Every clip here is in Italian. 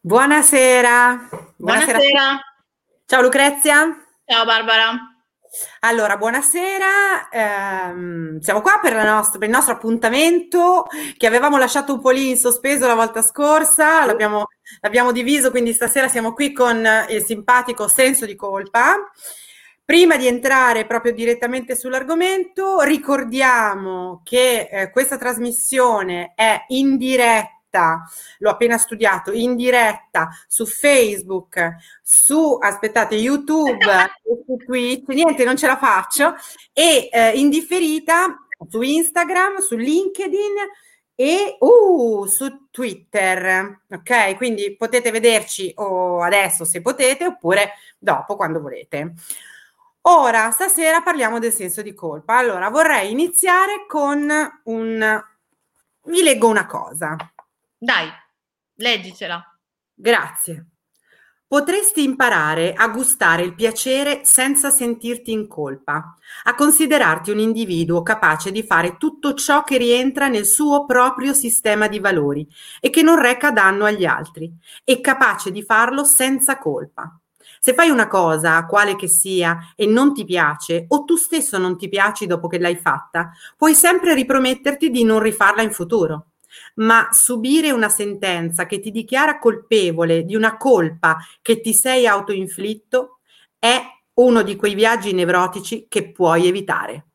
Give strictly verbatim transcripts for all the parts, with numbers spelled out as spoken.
Buonasera. Buonasera. Buonasera. Ciao Lucrezia. Ciao Barbara. Allora, buonasera. Ehm, siamo qua per, la nostra- per il nostro appuntamento che avevamo lasciato un po' lì in sospeso la volta scorsa. L'abbiamo, l'abbiamo diviso, quindi stasera siamo qui con il simpatico senso di colpa. Prima di entrare proprio direttamente sull'argomento, ricordiamo che eh, questa trasmissione è in diretta, l'ho appena studiato, in diretta su Facebook, su, aspettate, YouTube, su Twitch, niente, non ce la faccio, e eh, in differita su Instagram, su LinkedIn e uh, su Twitter, ok? Quindi potete vederci o adesso se potete oppure dopo quando volete. Ora, stasera parliamo del senso di colpa. Allora, vorrei iniziare con un... Vi leggo una cosa. Dai, leggicela. Grazie. Potresti imparare a gustare il piacere senza sentirti in colpa, a considerarti un individuo capace di fare tutto ciò che rientra nel suo proprio sistema di valori e che non reca danno agli altri, e capace di farlo senza colpa. Se fai una cosa, quale che sia, e non ti piace, o tu stesso non ti piaci dopo che l'hai fatta, puoi sempre riprometterti di non rifarla in futuro. Ma subire una sentenza che ti dichiara colpevole di una colpa che ti sei autoinflitto è uno di quei viaggi nevrotici che puoi evitare.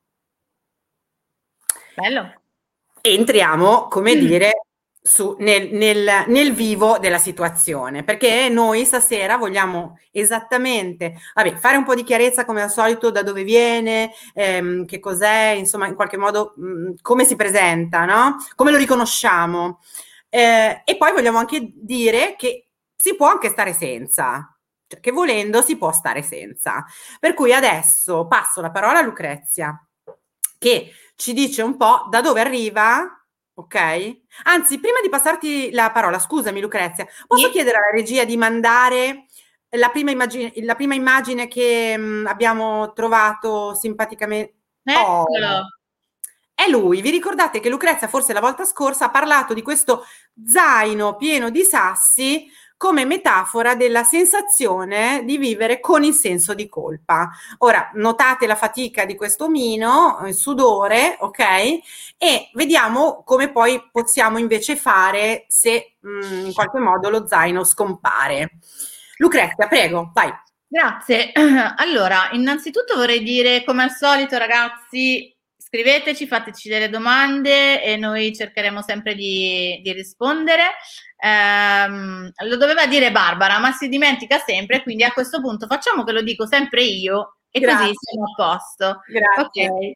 Bello. Entriamo, come dire, su, nel, nel, nel vivo della situazione, perché noi stasera vogliamo esattamente, vabbè, fare un po' di chiarezza come al solito da dove viene, ehm, che cos'è, insomma, in qualche modo mh, come si presenta, no? Come lo riconosciamo. Eh, e poi vogliamo anche dire che si può anche stare senza, cioè che volendo si può stare senza. Per cui adesso passo la parola a Lucrezia, che ci dice un po' da dove arriva, ok? Anzi, prima di passarti la parola, scusami Lucrezia, posso Sì? chiedere alla regia di mandare la prima immagine, la prima immagine che mh, abbiamo trovato simpaticamente? Eccolo. Oh, è lui. Vi ricordate che Lucrezia forse la volta scorsa ha parlato di questo zaino pieno di sassi come metafora della sensazione di vivere con il senso di colpa. Ora, notate la fatica di questo omino, il sudore, ok? E vediamo come poi possiamo invece fare se mh, in qualche modo lo zaino scompare. Lucrezia, prego, vai. Grazie. Allora, innanzitutto vorrei dire, come al solito, ragazzi, scriveteci, fateci delle domande e noi cercheremo sempre di, di rispondere. Ehm, lo doveva dire Barbara, ma si dimentica sempre, quindi a questo punto facciamo che lo dico sempre io e così Grazie. siamo a posto. Grazie. Ok.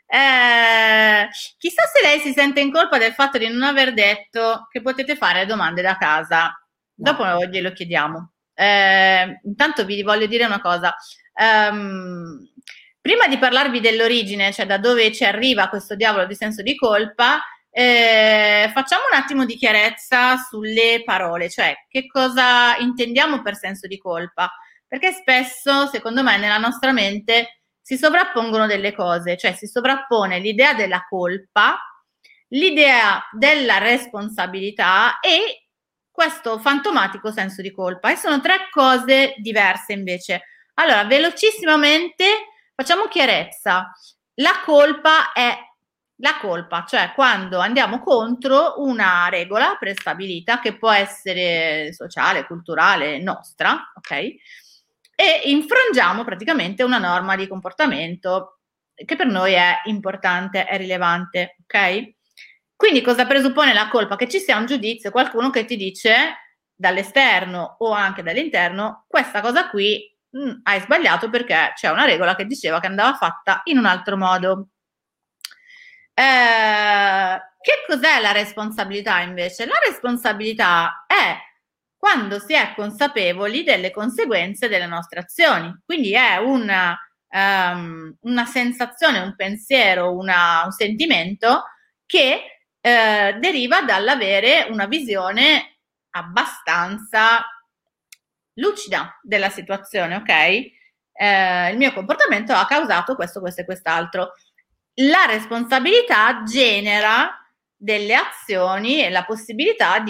Eh, chissà se lei si sente in colpa del fatto di non aver detto che potete fare domande da casa. Dopo No. glielo chiediamo. Eh, intanto vi voglio dire una cosa. Um, prima di parlarvi dell'origine, cioè da dove ci arriva questo diavolo di senso di colpa, eh, facciamo un attimo di chiarezza sulle parole, cioè che cosa intendiamo per senso di colpa, perché spesso, secondo me, nella nostra mente si sovrappongono delle cose, cioè si sovrappone l'idea della colpa, l'idea della responsabilità e questo fantomatico senso di colpa, e sono tre cose diverse invece. Allora, velocissimamente facciamo chiarezza. La colpa è la colpa, cioè quando andiamo contro una regola prestabilita che può essere sociale, culturale, nostra, ok? E infrangiamo praticamente una norma di comportamento che per noi è importante, è rilevante, ok? Quindi cosa presuppone la colpa? Che ci sia un giudizio, qualcuno che ti dice dall'esterno o anche dall'interno, questa cosa qui mh, hai sbagliato perché c'è una regola che diceva che andava fatta in un altro modo. Eh, che cos'è la responsabilità invece? La responsabilità è quando si è consapevoli delle conseguenze delle nostre azioni, quindi è una, um, una sensazione, un pensiero, una, un sentimento che eh, deriva dall'avere una visione abbastanza lucida della situazione, ok? Eh, il mio comportamento ha causato questo, questo e quest'altro. La responsabilità genera delle azioni e la possibilità di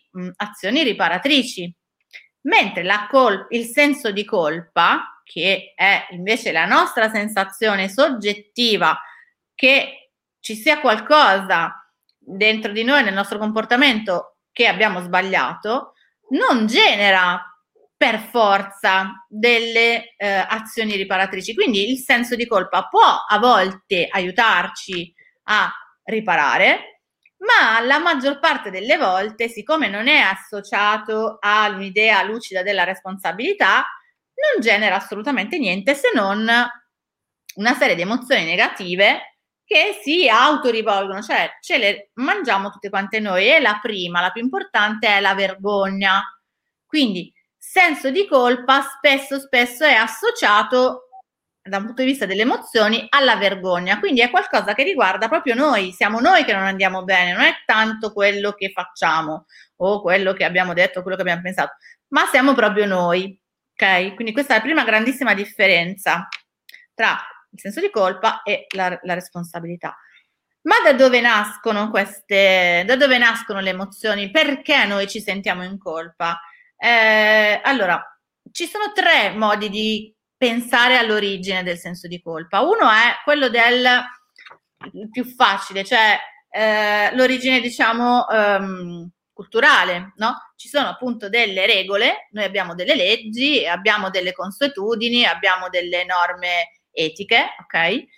mh, azioni riparatrici, mentre la col- il senso di colpa, che è invece la nostra sensazione soggettiva che ci sia qualcosa dentro di noi, nel nostro comportamento, che abbiamo sbagliato, non genera per forza delle eh, azioni riparatrici. Quindi il senso di colpa può a volte aiutarci a riparare, ma la maggior parte delle volte, siccome non è associato a un'idea lucida della responsabilità, non genera assolutamente niente se non una serie di emozioni negative che si autorivolgono, cioè ce le mangiamo tutte quante noi. E la prima, la più importante, è la vergogna. Quindi senso di colpa spesso spesso è associato da un punto di vista delle emozioni alla vergogna, quindi è qualcosa che riguarda proprio noi, siamo noi che non andiamo bene, non è tanto quello che facciamo o quello che abbiamo detto o quello che abbiamo pensato, ma siamo proprio noi, ok? Quindi questa è la prima grandissima differenza tra il senso di colpa e la, la responsabilità. Ma da dove nascono queste, da dove nascono le emozioni? Perché noi ci sentiamo in colpa? Eh, allora, ci sono tre modi di pensare all'origine del senso di colpa. Uno è quello del più facile, cioè eh, l'origine, diciamo, um, culturale, no? Ci sono appunto delle regole, noi abbiamo delle leggi, abbiamo delle consuetudini, abbiamo delle norme etiche, ok?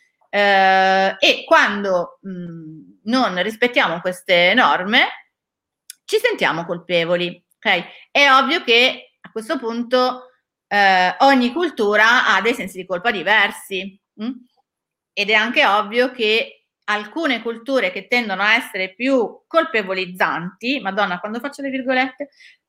Eh, e quando mh, non rispettiamo queste norme ci sentiamo colpevoli, ok? È ovvio che a questo punto eh, ogni cultura ha dei sensi di colpa diversi, mh? Ed è anche ovvio che alcune culture che tendono a essere più colpevolizzanti, Madonna, quando faccio le virgolette,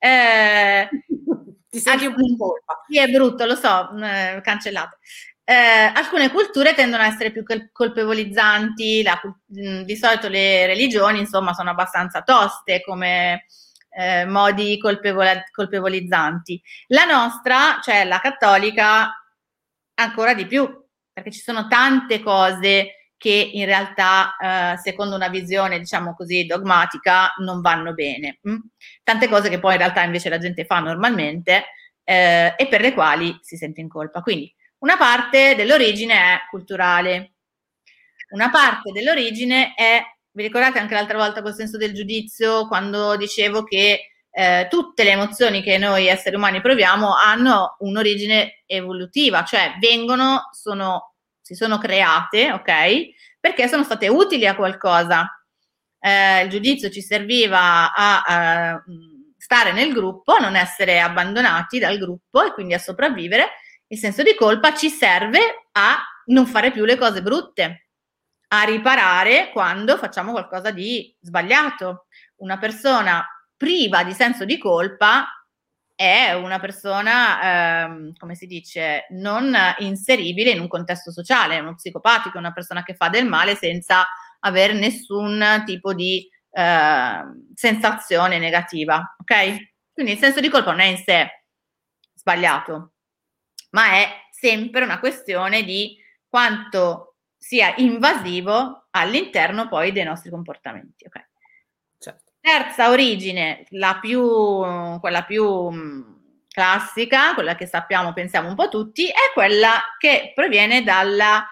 eh, ti senti un po' in colpa. Sì, è brutto, lo so, eh, cancellate. Eh, alcune culture tendono a essere più colpevolizzanti, la, di solito le religioni, insomma, sono abbastanza toste come eh, modi colpevol- colpevolizzanti. La nostra, cioè la cattolica, ancora di più, perché ci sono tante cose che in realtà, eh, secondo una visione, diciamo così, dogmatica, non vanno bene. Hm? Tante cose che poi in realtà invece la gente fa normalmente eh, e per le quali si sente in colpa. Quindi una parte dell'origine è culturale, una parte dell'origine è, vi ricordate anche l'altra volta col senso del giudizio, quando dicevo che eh, tutte le emozioni che noi esseri umani proviamo hanno un'origine evolutiva, cioè vengono, sono, si sono create, ok? Perché sono state utili a qualcosa. Eh, il giudizio ci serviva a, a stare nel gruppo, a non essere abbandonati dal gruppo e quindi a sopravvivere. Il senso di colpa ci serve a non fare più le cose brutte, a riparare quando facciamo qualcosa di sbagliato. Una persona priva di senso di colpa è una persona, ehm, come si dice, non inseribile in un contesto sociale, è uno psicopatico, una persona che fa del male senza avere nessun tipo di eh, sensazione negativa, ok? Quindi il senso di colpa non è in sé sbagliato, ma è sempre una questione di quanto sia invasivo all'interno poi dei nostri comportamenti, ok? Certo. Terza origine, la più, quella più mh, classica, quella che sappiamo, pensiamo un po' tutti, è quella che proviene dalla,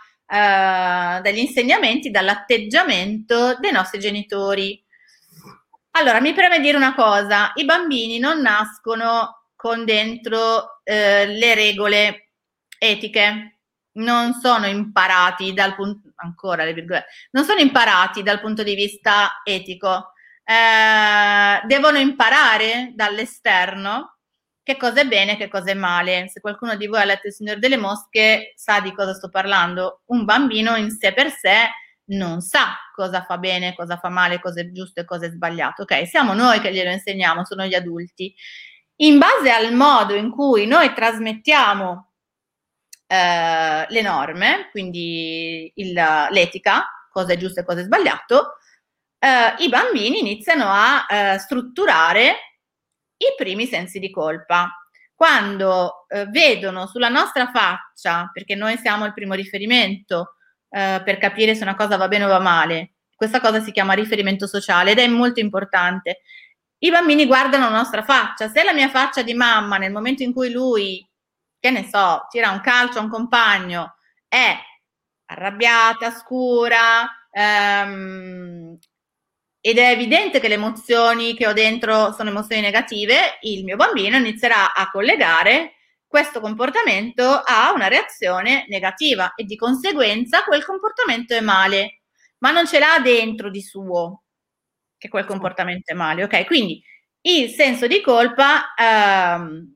eh, dagli insegnamenti, dall'atteggiamento dei nostri genitori. Allora, mi preme dire una cosa, i bambini non nascono con dentro eh, le regole etiche, non sono imparati dal punto, ancora le virgolette, non sono imparati dal punto di vista etico, eh, devono imparare dall'esterno che cosa è bene e che cosa è male. Se qualcuno di voi ha letto Il Signore delle Mosche sa di cosa sto parlando. Un bambino in sé per sé non sa cosa fa bene, cosa fa male, cosa è giusto e cosa è sbagliato, ok? Siamo noi che glielo insegniamo, sono gli adulti. In base al modo in cui noi trasmettiamo eh, le norme, quindi il, l'etica, cosa è giusto e cosa è sbagliato, eh, i bambini iniziano a eh, strutturare i primi sensi di colpa. Quando eh, vedono sulla nostra faccia, perché noi siamo il primo riferimento eh, per capire se una cosa va bene o va male, questa cosa si chiama riferimento sociale ed è molto importante. i bambini guardano la nostra faccia. Se la mia faccia di mamma nel momento in cui lui, che ne so, tira un calcio a un compagno, è arrabbiata, scura, ehm, ed è evidente che le emozioni che ho dentro sono emozioni negative, il mio bambino inizierà a collegare questo comportamento a una reazione negativa e di conseguenza quel comportamento è male, ma non ce l'ha dentro di suo che quel comportamento è male, ok? Quindi il senso di colpa ehm,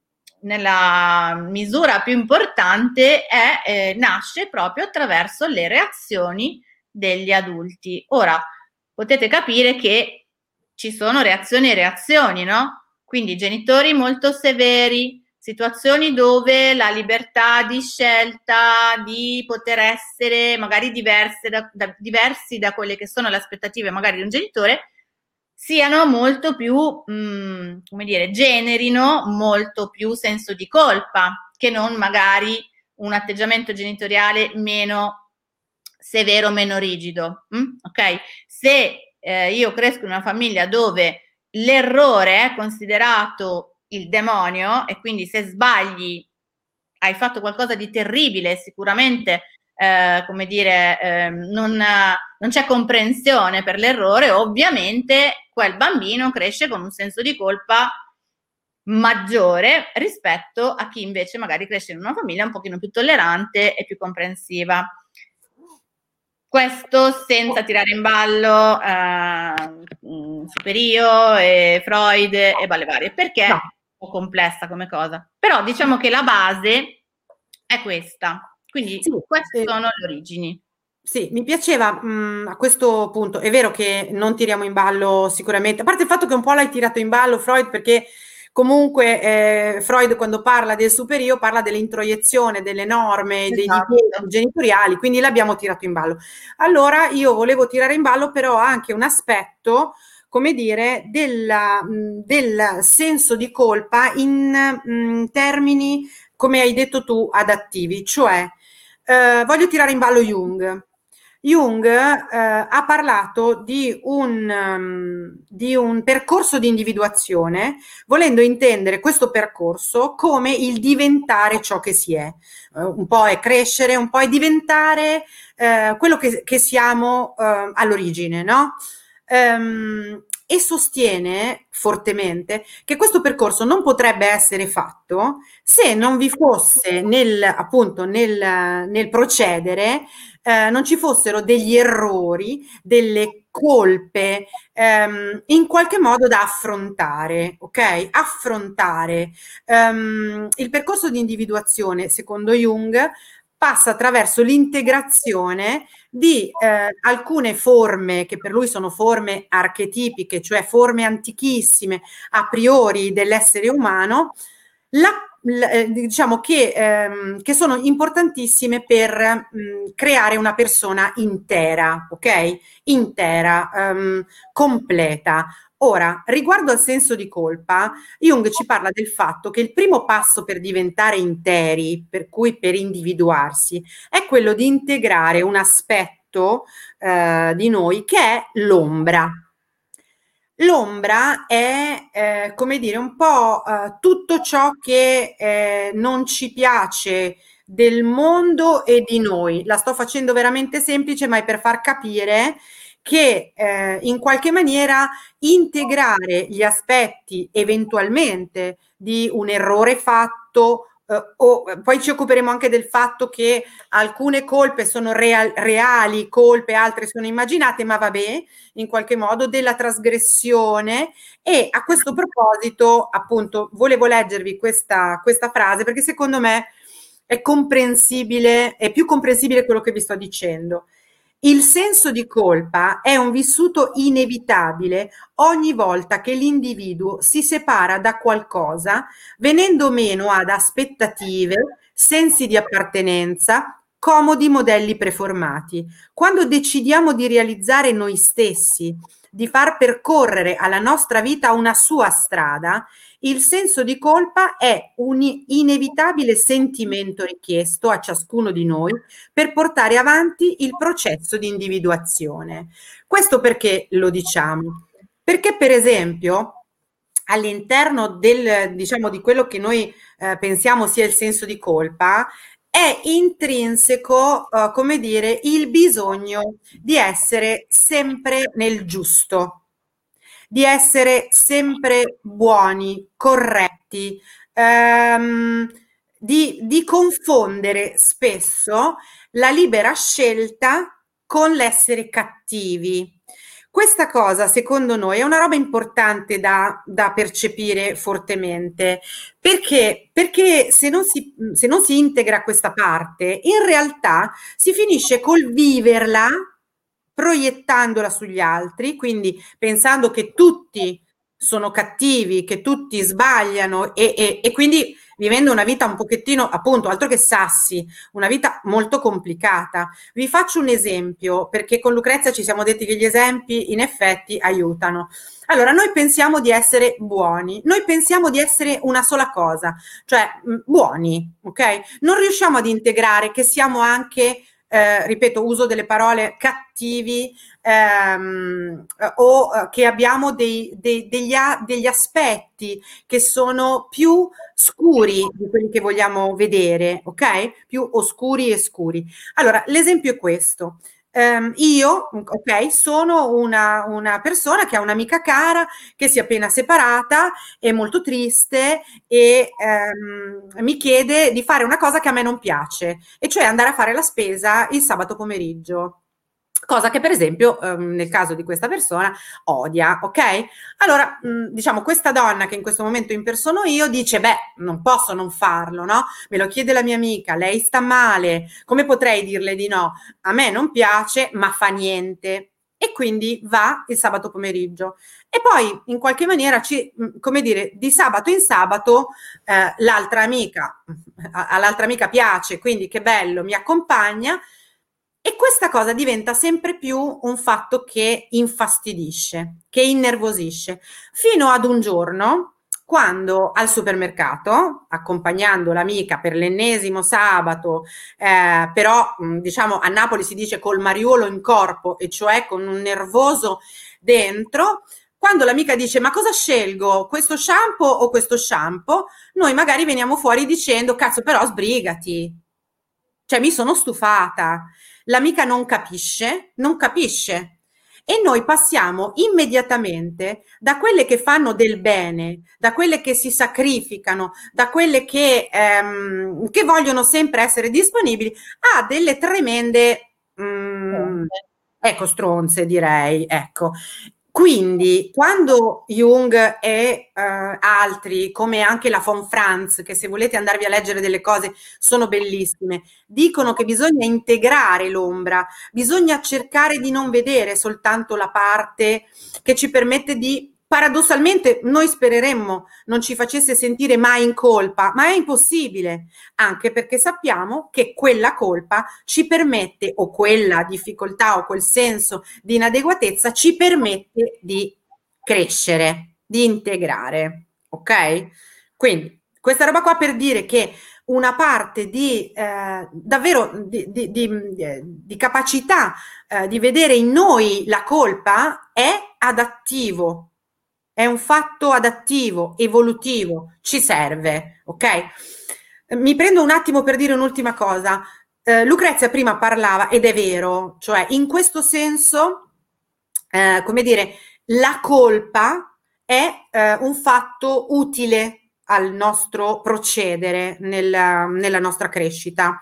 nella misura più importante è, eh, nasce proprio attraverso le reazioni degli adulti. Ora, potete capire che ci sono reazioni e reazioni, no? Quindi genitori molto severi, situazioni dove la libertà di scelta, di poter essere magari diverse da, da, diversi da quelle che sono le aspettative magari di un genitore, siano molto più, mh, come dire, generino molto più senso di colpa che non magari un atteggiamento genitoriale meno severo, meno rigido. Mh? Ok? Se eh, io cresco in una famiglia dove l'errore è considerato il demonio e quindi se sbagli hai fatto qualcosa di terribile, sicuramente eh, come dire, eh, non, non c'è comprensione per l'errore, ovviamente quel bambino cresce con un senso di colpa maggiore rispetto a chi invece magari cresce in una famiglia un pochino più tollerante e più comprensiva. Questo senza tirare in ballo eh, Superio e Freud e balle varie, perché no. È un po' complessa come cosa. Però diciamo che la base è questa. Quindi sì, queste eh, sono le origini. Sì, mi piaceva mh, a questo punto, è vero che non tiriamo in ballo sicuramente, a parte il fatto che un po' l'hai tirato in ballo Freud perché comunque eh, Freud quando parla del superio parla dell'introiezione delle norme, esatto. degli diritti genitoriali, quindi l'abbiamo tirato in ballo. Allora io volevo tirare in ballo però anche un aspetto, come dire, della, mh, del senso di colpa in mh, termini, come hai detto tu, adattivi, cioè eh, voglio tirare in ballo Jung. Jung eh, ha parlato di un, um, di un percorso di individuazione, volendo intendere questo percorso come il diventare ciò che si è. Uh, un po' è crescere, un po' è diventare uh, quello che, che siamo uh, all'origine, no? Um, e sostiene fortemente che questo percorso non potrebbe essere fatto se non vi fosse nel, appunto, nel, nel procedere eh, non ci fossero degli errori, delle colpe ehm, in qualche modo da affrontare, ok? Affrontare. Um, il percorso di individuazione, secondo Jung, passa attraverso l'integrazione di eh, alcune forme che per lui sono forme archetipiche, cioè forme antichissime a priori dell'essere umano, la, la, eh, diciamo che, ehm, che sono importantissime per mh, creare una persona intera, ok? Intera, um, completa. Ora, riguardo al senso di colpa, Jung ci parla del fatto che il primo passo per diventare interi, per cui per individuarsi, è quello di integrare un aspetto eh, di noi che è l'ombra. L'ombra è, eh, come dire, un po' eh, tutto ciò che eh, non ci piace del mondo e di noi. La sto facendo veramente semplice, ma è per far capire che eh, in qualche maniera integrare gli aspetti eventualmente di un errore fatto, eh, o poi ci occuperemo anche del fatto che alcune colpe sono real, reali colpe, altre sono immaginate, ma vabbè, in qualche modo della trasgressione. E a questo proposito, appunto, volevo leggervi questa, questa frase perché secondo me è comprensibile, è più comprensibile quello che vi sto dicendo. Il senso di colpa è un vissuto inevitabile ogni volta che l'individuo si separa da qualcosa, venendo meno ad aspettative, sensi di appartenenza, comodi modelli preformati. Quando decidiamo di realizzare noi stessi, di far percorrere alla nostra vita una sua strada, il senso di colpa è un inevitabile sentimento richiesto a ciascuno di noi per portare avanti il processo di individuazione. Questo perché lo diciamo? Perché, per esempio, all'interno del, diciamo, di quello che noi eh, pensiamo sia il senso di colpa, è intrinseco, eh, come dire, il bisogno di essere sempre nel giusto, di essere sempre buoni, corretti, ehm, di, di confondere spesso la libera scelta con l'essere cattivi. Questa cosa, secondo noi, è una roba importante da, da percepire fortemente, perché, perché se non si, se non si integra questa parte, in realtà si finisce col viverla proiettandola sugli altri, quindi pensando che tutti sono cattivi, che tutti sbagliano e, e, e quindi vivendo una vita un pochettino, appunto, altro che sassi, una vita molto complicata. Vi faccio un esempio, perché con Lucrezia ci siamo detti che gli esempi in effetti aiutano. Allora, noi pensiamo di essere buoni, noi pensiamo di essere una sola cosa, cioè mh, buoni, ok? Non riusciamo ad integrare che siamo anche, eh, ripeto, uso delle parole cattivi, ehm, o eh, che abbiamo dei, dei, degli, a, degli aspetti che sono più scuri di quelli che vogliamo vedere, ok? Più oscuri e scuri. Allora, l'esempio è questo. Um, io, ok, sono una, una persona che ha un'amica cara che si è appena separata, è molto triste e um, mi chiede di fare una cosa che a me non piace, e cioè andare a fare la spesa il sabato pomeriggio. Cosa che per esempio ehm, nel caso di questa persona odia, ok? Allora, mh, diciamo, questa donna che in questo momento impersono io dice, beh, non posso non farlo, no? Me lo chiede la mia amica, lei sta male, come potrei dirle di no? A me non piace, ma fa niente. E quindi va il sabato pomeriggio. E poi, in qualche maniera, ci, come dire, di sabato in sabato, eh, l'altra amica, all'altra amica piace, quindi che bello, mi accompagna. E questa cosa diventa sempre più un fatto che infastidisce, che innervosisce, fino ad un giorno, quando al supermercato, accompagnando l'amica per l'ennesimo sabato, eh, però mh, diciamo a Napoli si dice col mariuolo in corpo, e cioè con un nervoso dentro, quando l'amica dice ma cosa scelgo, questo shampoo o questo shampoo, noi magari veniamo fuori dicendo cazzo però sbrigati, cioè mi sono stufata. L'amica non capisce, non capisce. E noi passiamo immediatamente da quelle che fanno del bene, da quelle che si sacrificano, da quelle che, ehm, che vogliono sempre essere disponibili, a delle tremende, mm, ecco, stronze direi, ecco. Quindi, quando Jung e uh, altri, come anche la von Franz, che se volete andarvi a leggere delle cose sono bellissime, dicono che bisogna integrare l'ombra, bisogna cercare di non vedere soltanto la parte che ci permette di, paradossalmente, noi spereremmo non ci facesse sentire mai in colpa, ma è impossibile, anche perché sappiamo che quella colpa ci permette, o quella difficoltà o quel senso di inadeguatezza ci permette di crescere, di integrare, ok? Quindi questa roba qua per dire che una parte di eh, davvero di, di, di, di capacità eh, di vedere in noi la colpa è adattivo, è un fatto adattivo, evolutivo, ci serve, ok? Mi prendo un attimo per dire un'ultima cosa. Eh, Lucrezia prima parlava, ed è vero, cioè in questo senso, eh, come dire, la colpa è eh, un fatto utile al nostro procedere nella, nella nostra crescita,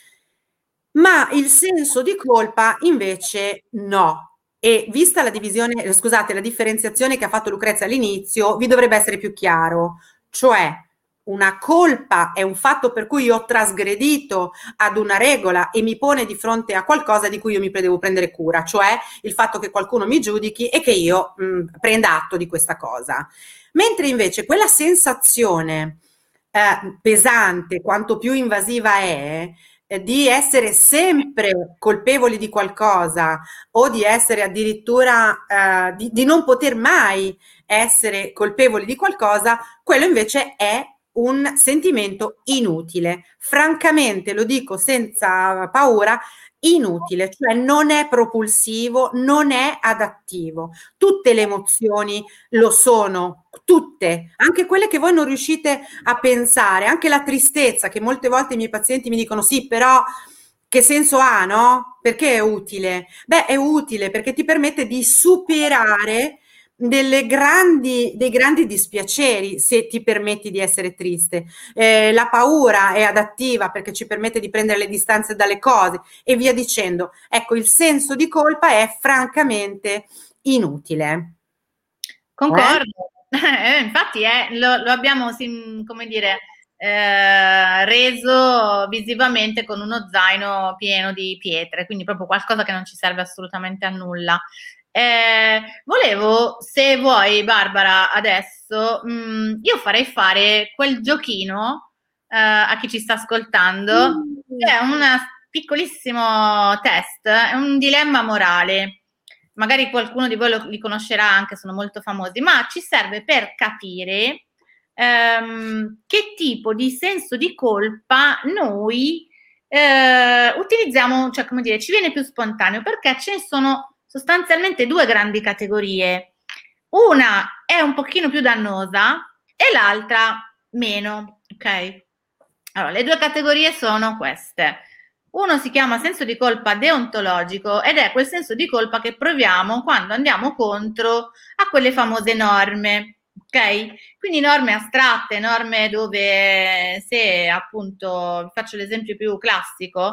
ma il senso di colpa invece no. E vista la divisione, scusate, la differenziazione che ha fatto Lucrezia all'inizio, vi dovrebbe essere più chiaro, cioè una colpa è un fatto per cui io ho trasgredito ad una regola e mi pone di fronte a qualcosa di cui io mi devo prendere cura, cioè il fatto che qualcuno mi giudichi e che io mh, prenda atto di questa cosa. Mentre invece quella sensazione eh, pesante, quanto più invasiva è, eh, di essere sempre colpevoli di qualcosa o di essere addirittura eh, di, di non poter mai essere colpevoli di qualcosa, quello invece è un sentimento inutile. Francamente, lo dico senza paura, inutile, cioè non è propulsivo, non è adattivo. Tutte le emozioni lo sono, tutte, anche quelle che voi non riuscite a pensare, anche la tristezza, che molte volte i miei pazienti mi dicono sì, però che senso ha, no? Perché è utile? Beh, è utile perché ti permette di superare delle grandi, dei grandi dispiaceri se ti permetti di essere triste. Eh, la paura è adattiva perché ci permette di prendere le distanze dalle cose e via dicendo. Ecco, il senso di colpa è francamente inutile. Eh? Concordo, eh, infatti è, lo, lo abbiamo, sim- come dire, eh, reso visivamente con uno zaino pieno di pietre, quindi proprio qualcosa che non ci serve assolutamente a nulla. Eh, volevo, se vuoi, Barbara, adesso, mh, io farei fare quel giochino eh, a chi ci sta ascoltando, che Mm. è un piccolissimo test, è un dilemma morale. Magari qualcuno di voi lo, li conoscerà anche, sono molto famosi, ma ci serve per capire ehm, che tipo di senso di colpa noi eh, utilizziamo, cioè come dire, ci viene più spontaneo, perché ce ne sono sostanzialmente due grandi categorie. Una è un pochino più dannosa e l'altra meno, ok? Allora, le due categorie sono queste. Uno si chiama senso di colpa deontologico ed è quel senso di colpa che proviamo quando andiamo contro a quelle famose norme, ok? Quindi norme astratte, norme dove se appunto, faccio l'esempio più classico,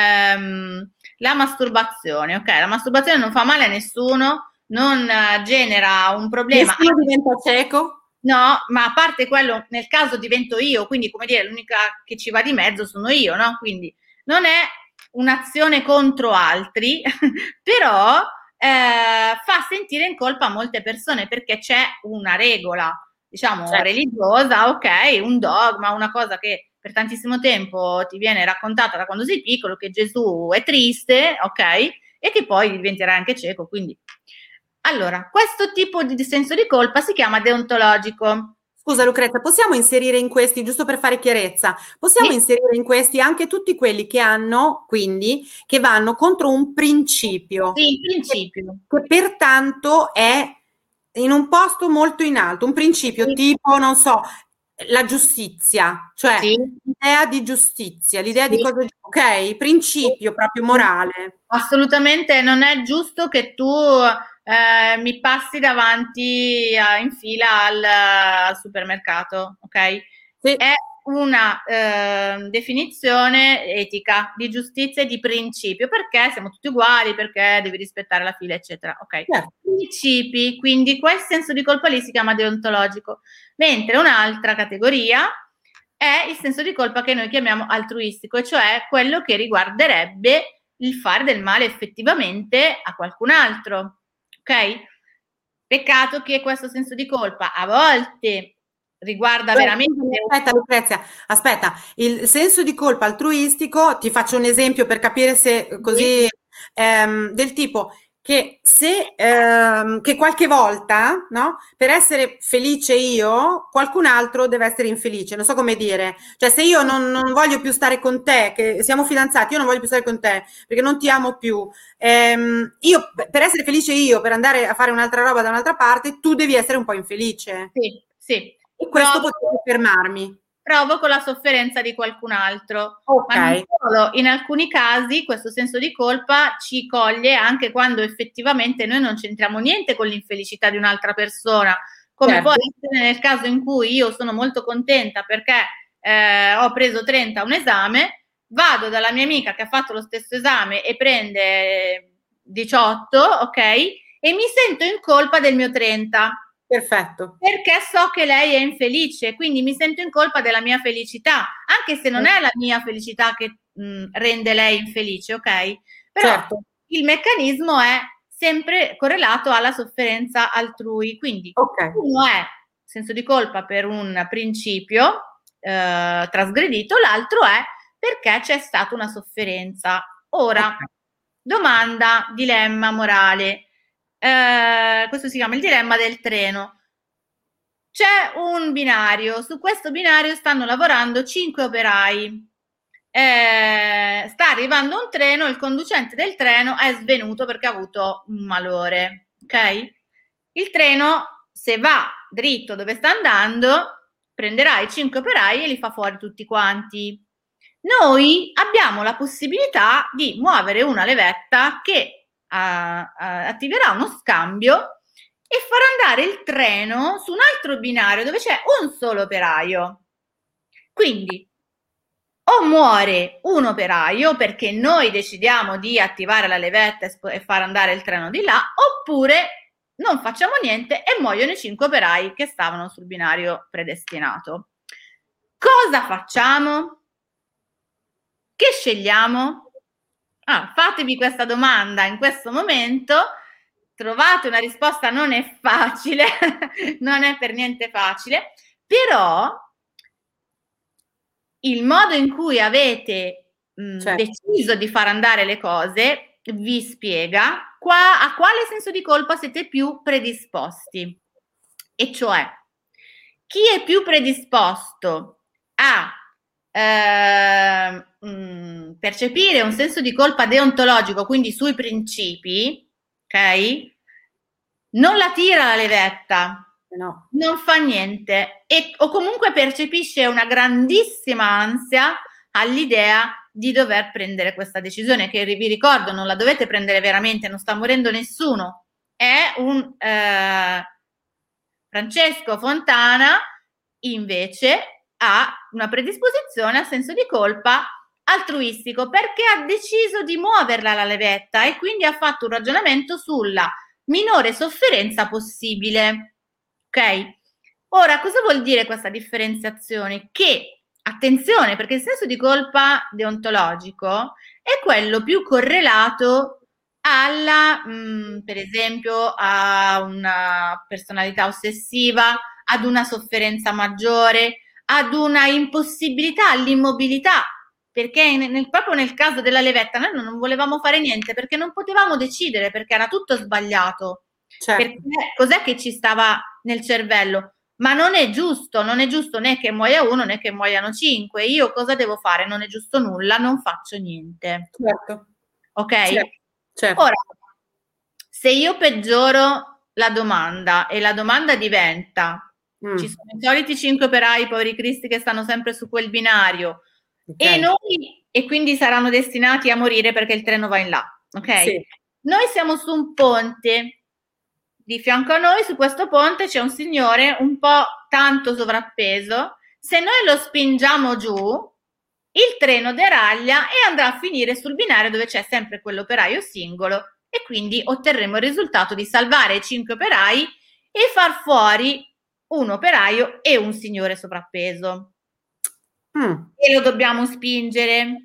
ehm, la masturbazione, ok? La masturbazione non fa male a nessuno, non eh, genera un problema. Nessuno diventa cieco? No, ma a parte quello, nel caso divento io, quindi come dire, l'unica che ci va di mezzo sono io, no? Quindi non è un'azione contro altri, però eh, fa sentire in colpa molte persone perché c'è una regola, diciamo, Certo. religiosa, ok, un dogma, una cosa che per tantissimo tempo ti viene raccontata da quando sei piccolo, che Gesù è triste, ok, e che poi diventerà anche cieco, quindi allora, questo tipo di senso di colpa si chiama deontologico. Scusa Lucrezia, possiamo inserire in questi, giusto per fare chiarezza, possiamo Sì, inserire in questi anche tutti quelli che hanno, quindi, che vanno contro un principio, sì, in che, principio. che pertanto è in un posto molto in alto, un principio Sì, tipo, non so, la giustizia, cioè sì, l'idea di giustizia, l'idea di sì, cosa, ok, principio proprio sì. morale. Assolutamente non è giusto che tu eh, mi passi davanti a- in fila al, al supermercato, ok? Sì, È una eh, definizione etica di giustizia e di principio, perché siamo tutti uguali, perché devi rispettare la fila, eccetera. Ok. certo. Principi, quindi quel senso di colpa lì si chiama deontologico, mentre un'altra categoria è il senso di colpa che noi chiamiamo altruistico, e cioè quello che riguarderebbe il fare del male effettivamente a qualcun altro, ok? Peccato che questo senso di colpa a volte riguarda Cioè, scusami, veramente. aspetta Lucrezia, aspetta, il senso di colpa altruistico, ti faccio un esempio per capire se così, ehm, del tipo che se ehm, che qualche volta, no, per essere felice io, qualcun altro deve essere infelice, non so come dire, cioè se io non, non voglio più stare con te, che siamo fidanzati, io non voglio più stare con te perché non ti amo più, ehm, io per essere felice io, per andare a fare un'altra roba da un'altra parte, tu devi essere un po' infelice. Sì, sì, E questo provo, potrebbe fermarmi. provo con la sofferenza di qualcun altro, ma Ok, non solo, in alcuni casi questo senso di colpa ci coglie anche quando effettivamente noi non c'entriamo niente con l'infelicità di un'altra persona, come può certo, essere nel caso in cui io sono molto contenta perché eh, ho preso trenta a un esame, vado dalla mia amica che ha fatto lo stesso esame e prende diciotto, ok? E mi sento in colpa del mio trenta. perfetto. Perché so che lei è infelice, quindi mi sento in colpa della mia felicità, anche se non è la mia felicità che mh, rende lei infelice, ok? Però Certo, il meccanismo è sempre correlato alla sofferenza altrui, quindi ok, uno è senso di colpa per un principio eh, trasgredito, l'altro è perché c'è stata una sofferenza. Ora, ok. domanda, dilemma morale. Eh, questo si chiama il dilemma del treno. C'è un binario, su questo binario stanno lavorando cinque operai. eh, sta arrivando un treno, il conducente del treno è svenuto perché ha avuto un malore, ok? Il treno, se va dritto dove sta andando, prenderà i cinque operai e li fa fuori tutti quanti. Noi abbiamo la possibilità di muovere una levetta che uh, uh, attiverà uno scambio e far andare il treno su un altro binario dove c'è un solo operaio. Quindi o muore un operaio perché noi decidiamo di attivare la levetta e far andare il treno di là, oppure non facciamo niente e muoiono i cinque operai che stavano sul binario predestinato. Cosa facciamo? Che scegliamo? Ah, fatevi questa domanda in questo momento, trovate una risposta, non è facile, non è per niente facile, però il modo in cui avete mh, certo. deciso di far andare le cose vi spiega qua, a quale senso di colpa siete più predisposti. E cioè, chi è più predisposto a eh, mh, percepire un senso di colpa deontologico, quindi sui principi, ok? Non la tira la levetta. No. Non fa niente e, o comunque percepisce una grandissima ansia all'idea di dover prendere questa decisione, che vi ricordo non la dovete prendere veramente, non sta morendo nessuno, è un eh, Francesco Fontana invece ha una predisposizione al senso di colpa altruistico perché ha deciso di muoverla la levetta e quindi ha fatto un ragionamento sulla minore sofferenza possibile. Ok? Ora, cosa vuol dire questa differenziazione? Che, attenzione, perché il senso di colpa deontologico è quello più correlato alla, mh, per esempio, a una personalità ossessiva, ad una sofferenza maggiore, ad una impossibilità, all'immobilità, perché nel, proprio nel caso della levetta noi non volevamo fare niente perché non potevamo decidere, perché era tutto sbagliato. Certo. Perché cos'è che ci stava nel cervello? Ma non è giusto, non è giusto né che muoia uno né che muoiano cinque. Io cosa devo fare? Non è giusto nulla, non faccio niente. Certo. Ok? Certo. Certo. Ora, se io peggioro la domanda e la domanda diventa mm. ci sono i soliti cinque operai, poveri cristi, che stanno sempre su quel binario, okay. e noi e quindi saranno destinati a morire perché il treno va in là, ok? Sì. Noi siamo su un ponte. Di fianco a noi, su questo ponte, c'è un signore un po' tanto sovrappeso. Se noi lo spingiamo giù, il treno deraglia e andrà a finire sul binario dove c'è sempre quell'operaio singolo e quindi otterremo il risultato di salvare i cinque operai e far fuori un operaio e un signore sovrappeso. Mm. E lo dobbiamo spingere.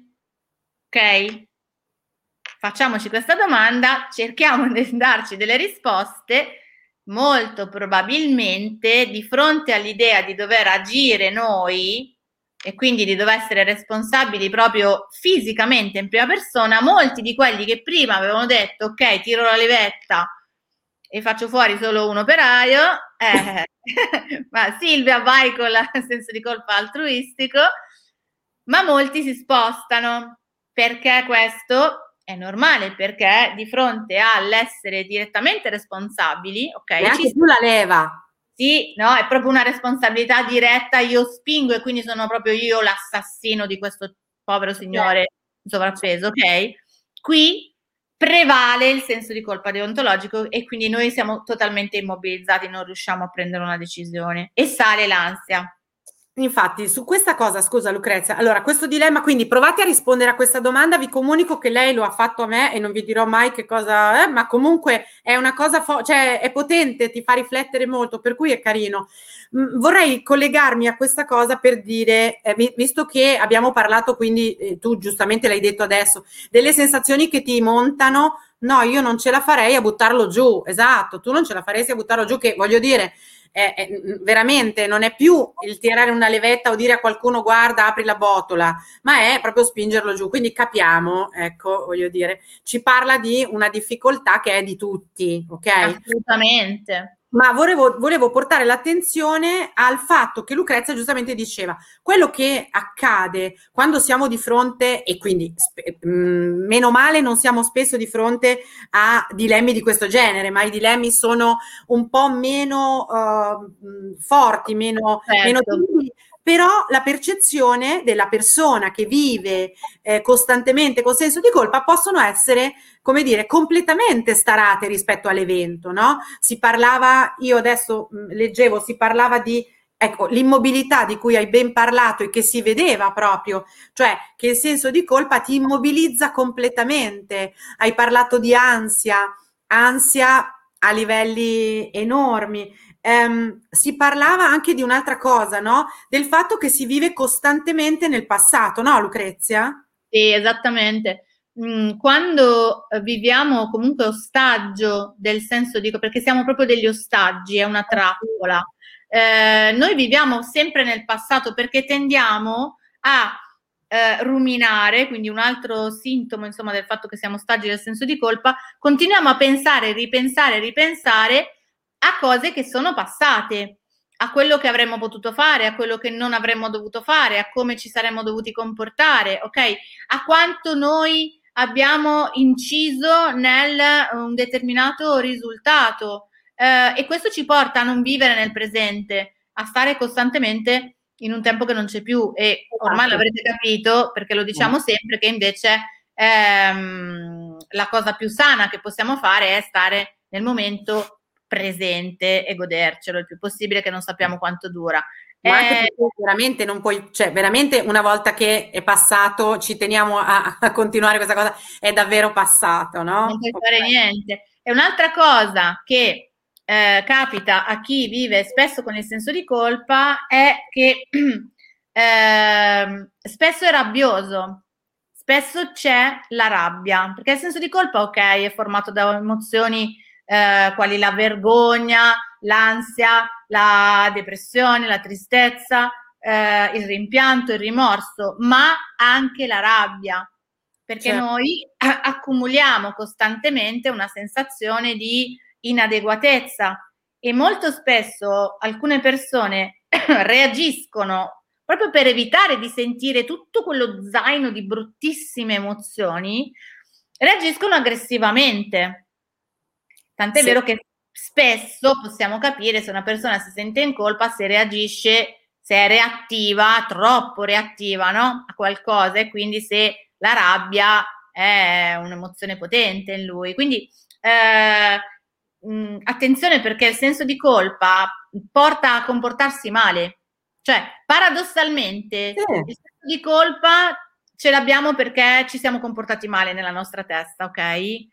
Ok? Facciamoci questa domanda, cerchiamo di darci delle risposte. Molto probabilmente di fronte all'idea di dover agire noi e quindi di dover essere responsabili proprio fisicamente in prima persona, molti di quelli che prima avevano detto ok, tiro la levetta e faccio fuori solo un operaio, eh, ma Silvia vai con il senso di colpa altruistico, ma molti si spostano perché questo è normale, perché di fronte all'essere direttamente responsabili, ok? Neanche ci... più la leva. Sì, no, è proprio una responsabilità diretta, io spingo e quindi sono proprio io l'assassino di questo povero signore sì. sovrappeso, ok? Qui prevale il senso di colpa deontologico e quindi noi siamo totalmente immobilizzati, non riusciamo a prendere una decisione e sale l'ansia. Infatti, su questa cosa, scusa Lucrezia, allora questo dilemma, quindi provate a rispondere a questa domanda, vi comunico che lei lo ha fatto a me e non vi dirò mai che cosa, eh, ma comunque è una cosa, fo- cioè è potente, ti fa riflettere molto, per cui è carino. Mm, vorrei collegarmi a questa cosa per dire, eh, vi- visto che abbiamo parlato, quindi eh, tu giustamente l'hai detto adesso, delle sensazioni che ti montano, no, io non ce la farei a buttarlo giù, esatto, tu non ce la faresti a buttarlo giù, che voglio dire... È, è, veramente non è più il tirare una levetta o dire a qualcuno guarda apri la botola, ma è proprio spingerlo giù, quindi capiamo, ecco, voglio dire, ci parla di una difficoltà che è di tutti, ok? Assolutamente. Ma volevo, volevo portare l'attenzione al fatto che Lucrezia giustamente diceva, quello che accade quando siamo di fronte, e quindi spe- mh, meno male non siamo spesso di fronte a dilemmi di questo genere, ma i dilemmi sono un po' meno uh, forti, meno, meno Certo. però la percezione della persona che vive eh, costantemente col senso di colpa possono essere, come dire, completamente starate rispetto all'evento, no? Si parlava, io adesso mh, leggevo, si parlava di, ecco, l'immobilità di cui hai ben parlato e che si vedeva proprio, cioè che il senso di colpa ti immobilizza completamente. Hai parlato di ansia, ansia a livelli enormi. Um, si parlava anche di un'altra cosa, no? Del fatto che si vive costantemente nel passato, no, Lucrezia? Sì, esattamente. Mm, quando viviamo comunque ostaggio del senso di, perché siamo proprio degli ostaggi, è una trappola. Eh, noi viviamo sempre nel passato perché tendiamo a eh, ruminare, quindi un altro sintomo, insomma, del fatto che siamo ostaggi del senso di colpa, continuiamo a pensare, ripensare, ripensare a cose che sono passate, a quello che avremmo potuto fare, a quello che non avremmo dovuto fare, a come ci saremmo dovuti comportare, ok? A quanto noi abbiamo inciso nel un determinato risultato, eh, e questo ci porta a non vivere nel presente, a stare costantemente in un tempo che non c'è più, e ormai Esatto. l'avrete capito, perché lo diciamo sempre, che invece ehm, la cosa più sana che possiamo fare è stare nel momento presente e godercelo il più possibile, che non sappiamo quanto dura. Ma anche Eh, perché veramente non puoi, cioè veramente una volta che è passato ci teniamo a, a continuare questa cosa, è davvero passato, non no? puoi Ok. fare niente. E un'altra cosa che eh, capita a chi vive spesso con il senso di colpa è che eh, spesso è rabbioso, spesso c'è la rabbia, perché il senso di colpa, ok, è formato da emozioni eh, quali la vergogna, l'ansia, la depressione, la tristezza, eh, il rimpianto, il rimorso, ma anche la rabbia, perché Certo. noi accumuliamo costantemente una sensazione di inadeguatezza e molto spesso alcune persone reagiscono proprio per evitare di sentire tutto quello zaino di bruttissime emozioni, reagiscono aggressivamente. Tant'è Sì. vero che spesso possiamo capire se una persona si sente in colpa, se reagisce, se è reattiva, troppo reattiva, no? A qualcosa, e quindi se la rabbia è un'emozione potente in lui. Quindi eh, mh, attenzione, perché il senso di colpa porta a comportarsi male. Cioè, paradossalmente, Sì. il senso di colpa ce l'abbiamo perché ci siamo comportati male nella nostra testa, ok? Eh,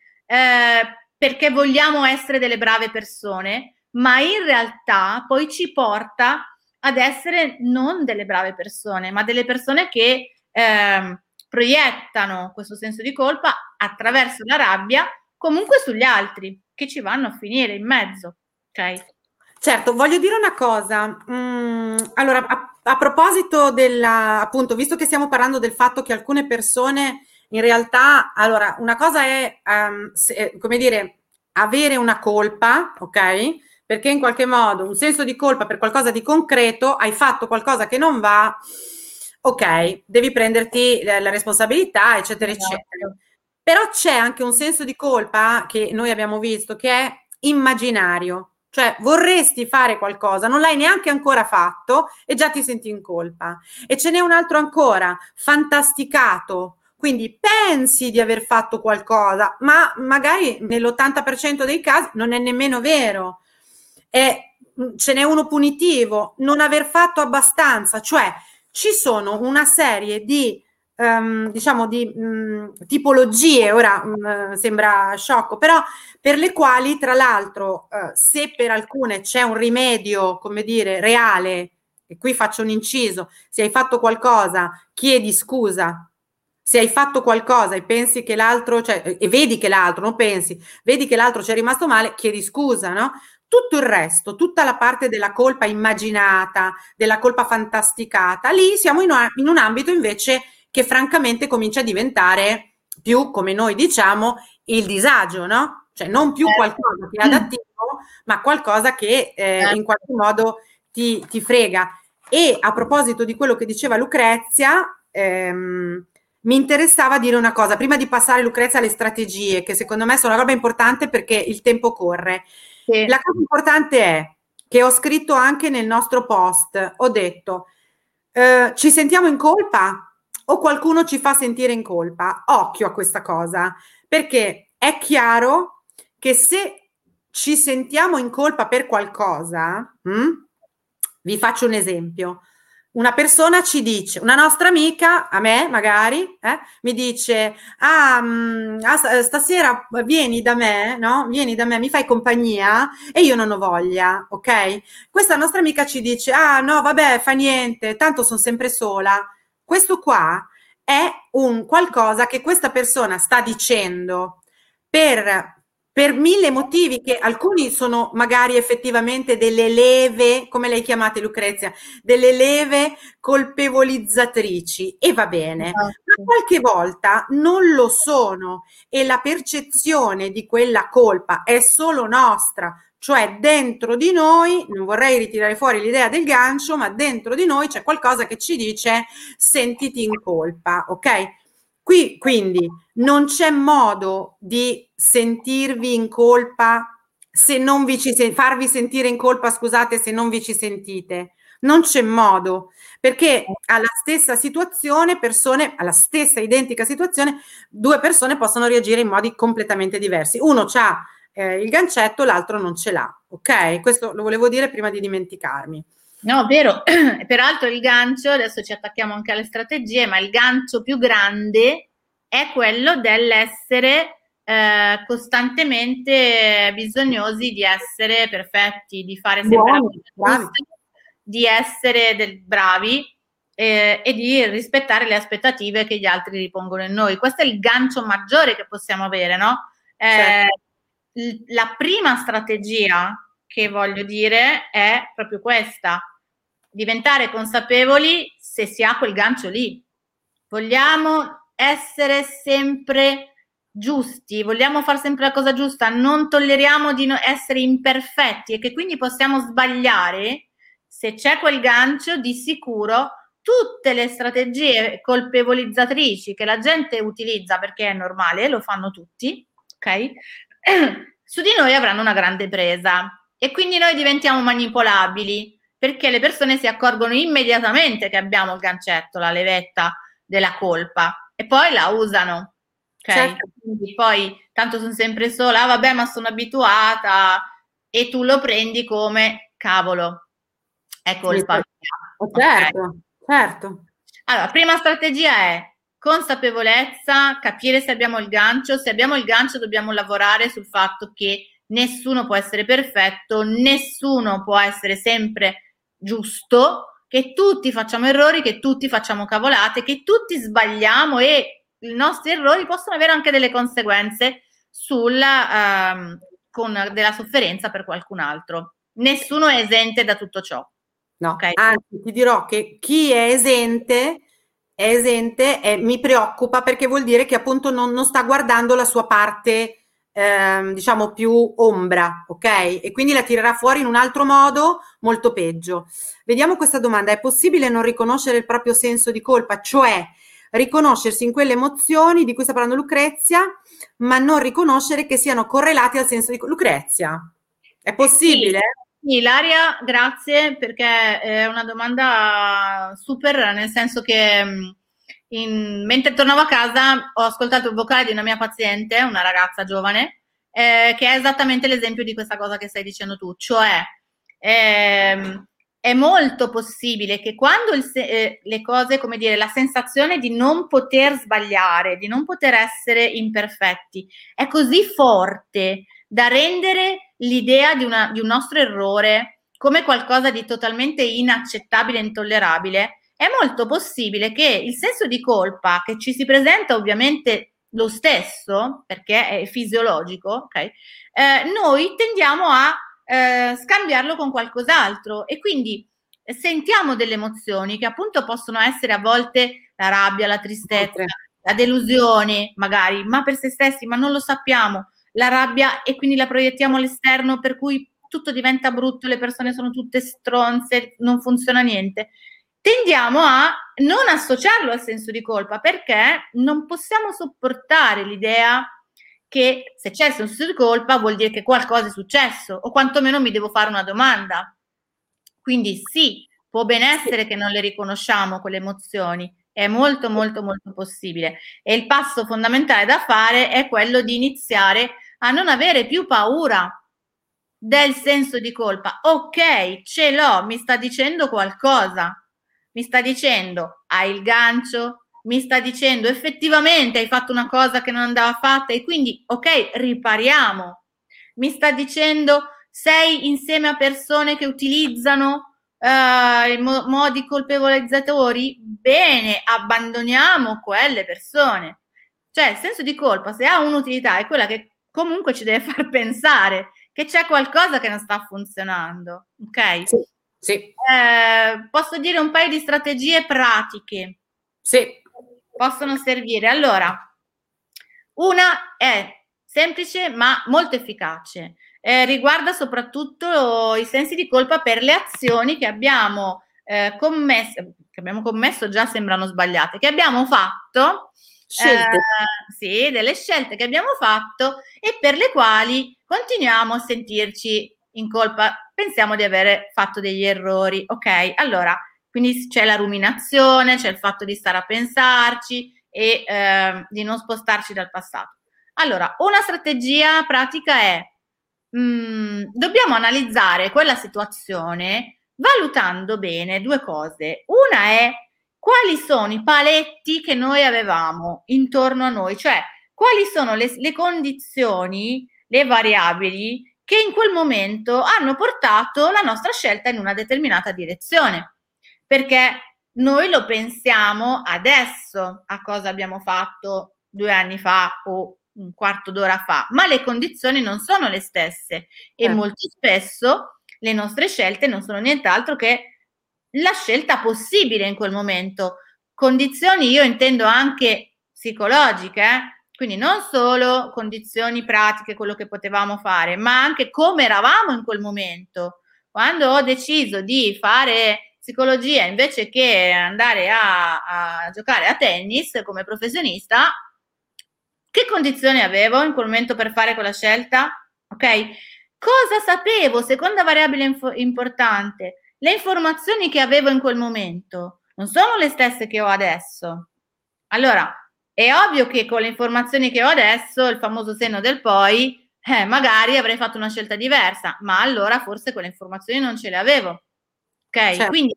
perché vogliamo essere delle brave persone, ma in realtà poi ci porta ad essere non delle brave persone, ma delle persone che eh, proiettano questo senso di colpa attraverso la rabbia comunque sugli altri, che ci vanno a finire in mezzo, ok? Certo, voglio dire una cosa. Mm, allora, a, a proposito della, appunto, visto che stiamo parlando del fatto che alcune persone in realtà, allora, una cosa è, ehm, se- come dire, avere una colpa, ok? Perché in qualche modo un senso di colpa per qualcosa di concreto, hai fatto qualcosa che non va, ok, devi prenderti la, la responsabilità, eccetera, eccetera. Esatto. Però c'è anche un senso di colpa che noi abbiamo visto che è immaginario, cioè vorresti fare qualcosa, non l'hai neanche ancora fatto e già ti senti in colpa. E ce n'è un altro ancora, fantasticato. Quindi pensi di aver fatto qualcosa, ma magari nell'ottanta per cento dei casi non è nemmeno vero. E mh, ce n'è uno punitivo, non aver fatto abbastanza, cioè ci sono una serie di ehm, diciamo di mh, tipologie, ora mh, sembra sciocco, però per le quali tra l'altro eh, se per alcune c'è un rimedio, come dire, reale, e qui faccio un inciso, se hai fatto qualcosa, chiedi scusa. Se hai fatto qualcosa e pensi che l'altro, cioè, e vedi che l'altro, non pensi, vedi che l'altro ci è rimasto male, chiedi scusa, no? Tutto il resto, tutta la parte della colpa immaginata, della colpa fantasticata, lì siamo in, in un ambito invece che francamente comincia a diventare più, come noi diciamo, il disagio, no? cioè non più certo. qualcosa che è adattivo, ma qualcosa che eh, certo. in qualche modo ti, ti frega. E a proposito di quello che diceva Lucrezia, ehm, mi interessava dire una cosa, prima di passare, Lucrezia, alle strategie, che secondo me sono una roba importante perché il tempo corre. Sì. La cosa importante è che ho scritto anche nel nostro post, ho detto, eh, ci sentiamo in colpa o qualcuno ci fa sentire in colpa? Occhio a questa cosa, perché è chiaro che se ci sentiamo in colpa per qualcosa, hm? Vi faccio un esempio. Una persona ci dice, una nostra amica, a me magari, eh, mi dice, ah, mh, ah, stasera vieni da me, no? Vieni da me, mi fai compagnia e io non ho voglia, ok? Questa nostra amica ci dice, ah, no, vabbè, fa niente, tanto sono sempre sola. Questo qua è un qualcosa che questa persona sta dicendo per per mille motivi, che alcuni sono magari effettivamente delle leve, come le chiamate, Lucrezia, delle leve colpevolizzatrici, e va bene, ma qualche volta non lo sono e la percezione di quella colpa è solo nostra, cioè dentro di noi, non vorrei ritirare fuori l'idea del gancio, ma dentro di noi c'è qualcosa che ci dice sentiti in colpa, ok? Qui, quindi non c'è modo di sentirvi in colpa se non vi ci sen- farvi sentire in colpa, scusate, se non vi ci sentite. Non c'è modo, perché alla stessa situazione, persone, alla stessa identica situazione, due persone possono reagire in modi completamente diversi. Uno c'ha eh, il gancetto, l'altro non ce l'ha, ok? Questo lo volevo dire prima di dimenticarmi. No, vero. Peraltro il gancio, adesso ci attacchiamo anche alle strategie, ma il gancio più grande è quello dell'essere eh, costantemente bisognosi di essere perfetti, di fare sempre la cosa giusta, di essere del, bravi eh, e di rispettare le aspettative che gli altri ripongono in noi. Questo è il gancio maggiore che possiamo avere, no? Eh, certo. l- la prima strategia che voglio dire è proprio questa: diventare consapevoli se si ha quel gancio lì. Vogliamo essere sempre giusti, vogliamo fare sempre la cosa giusta, non tolleriamo di no- essere imperfetti e che quindi possiamo sbagliare. Se c'è quel gancio, di sicuro tutte le strategie colpevolizzatrici che la gente utilizza, perché è normale, lo fanno tutti, ok? Su di noi avranno una grande presa e quindi noi diventiamo manipolabili, perché le persone si accorgono immediatamente che abbiamo il gancetto, la levetta della colpa, e poi la usano, ok? Certo. Quindi poi tanto sono sempre sola, ah, vabbè, ma sono abituata, e tu lo prendi come cavolo, è colpa mia. Certo, okay? Certo. Allora, prima strategia è consapevolezza, capire se abbiamo il gancio. Se abbiamo il gancio dobbiamo lavorare sul fatto che nessuno può essere perfetto, nessuno può essere sempre giusto, che tutti facciamo errori, che tutti facciamo cavolate, che tutti sbagliamo e i nostri errori possono avere anche delle conseguenze sulla, ehm, con della sofferenza per qualcun altro. Nessuno è esente da tutto ciò. No, okay. Anzi, ti dirò che chi è esente è esente e mi preoccupa, perché vuol dire che appunto non, non sta guardando la sua parte, ehm, diciamo, più ombra, ok? E quindi la tirerà fuori in un altro modo molto peggio. Vediamo questa domanda: è possibile non riconoscere il proprio senso di colpa? Cioè riconoscersi in quelle emozioni di cui sta parlando Lucrezia, ma non riconoscere che siano correlati al senso di colpa. Lucrezia, è possibile? Sì. Sì, Ilaria, grazie, perché è una domanda super, nel senso che in, mentre tornavo a casa ho ascoltato il vocale di una mia paziente, una ragazza giovane, eh, che è esattamente l'esempio di questa cosa che stai dicendo tu, cioè ehm, è molto possibile che quando il, eh, le cose, come dire, la sensazione di non poter sbagliare, di non poter essere imperfetti, è così forte da rendere l'idea di, una, di un nostro errore come qualcosa di totalmente inaccettabile e intollerabile, è molto possibile che il senso di colpa, che ci si presenta ovviamente lo stesso, perché è fisiologico, okay, eh, noi tendiamo a eh, scambiarlo con qualcos'altro e quindi sentiamo delle emozioni che appunto possono essere a volte la rabbia, la tristezza, la delusione magari, ma per se stessi, ma non lo sappiamo. la rabbia e quindi la proiettiamo all'esterno, per cui tutto diventa brutto, le persone sono tutte stronze, non funziona niente. Tendiamo a non associarlo al senso di colpa, perché non possiamo sopportare l'idea che se c'è il senso di colpa vuol dire che qualcosa è successo, o quantomeno mi devo fare una domanda. Quindi sì, può ben essere che non le riconosciamo quelle emozioni, è molto molto molto possibile, e il passo fondamentale da fare è quello di iniziare a non avere più paura del senso di colpa. Ok, ce l'ho, mi sta dicendo qualcosa, mi sta dicendo hai il gancio, mi sta dicendo effettivamente hai fatto una cosa che non andava fatta e quindi ok, ripariamo, mi sta dicendo sei insieme a persone che utilizzano eh, mo- modi colpevolizzatori, bene, abbandoniamo quelle persone. Cioè il senso di colpa, se ha un'utilità, è quella che comunque ci deve far pensare che c'è qualcosa che non sta funzionando, ok? Sì, sì. Eh, posso dire un paio di strategie pratiche. Sì. Possono servire. Allora, una è semplice ma molto efficace. Eh, riguarda soprattutto i sensi di colpa per le azioni che abbiamo eh, commesso, che abbiamo commesso già sembrano sbagliate, che abbiamo fatto, Scelte. eh, sì, delle scelte che abbiamo fatto e per le quali continuiamo a sentirci in colpa, pensiamo di avere fatto degli errori, ok? Allora, quindi c'è la ruminazione, c'è il fatto di stare a pensarci e eh, di non spostarci dal passato. Allora, una strategia pratica è mh, dobbiamo analizzare quella situazione valutando bene due cose. Una è quali sono i paletti che noi avevamo intorno a noi, cioè quali sono le, le condizioni, le variabili che in quel momento hanno portato la nostra scelta in una determinata direzione. Perché noi lo pensiamo adesso a cosa abbiamo fatto due anni fa o un quarto d'ora fa, ma le condizioni non sono le stesse e Eh. molto spesso le nostre scelte non sono nient'altro che la scelta possibile in quel momento. Condizioni io intendo anche psicologiche, eh? Quindi non solo condizioni pratiche, quello che potevamo fare, ma anche come eravamo in quel momento. Quando ho deciso di fare psicologia invece che andare a, a giocare a tennis come professionista, che condizioni avevo in quel momento per fare quella scelta? Ok? Cosa sapevo? Seconda variabile info- importante, le informazioni che avevo in quel momento non sono le stesse che ho adesso. Allora, è ovvio che con le informazioni che ho adesso, il famoso senno del poi, eh, magari avrei fatto una scelta diversa, ma allora forse quelle informazioni non ce le avevo. Ok? Certo. Quindi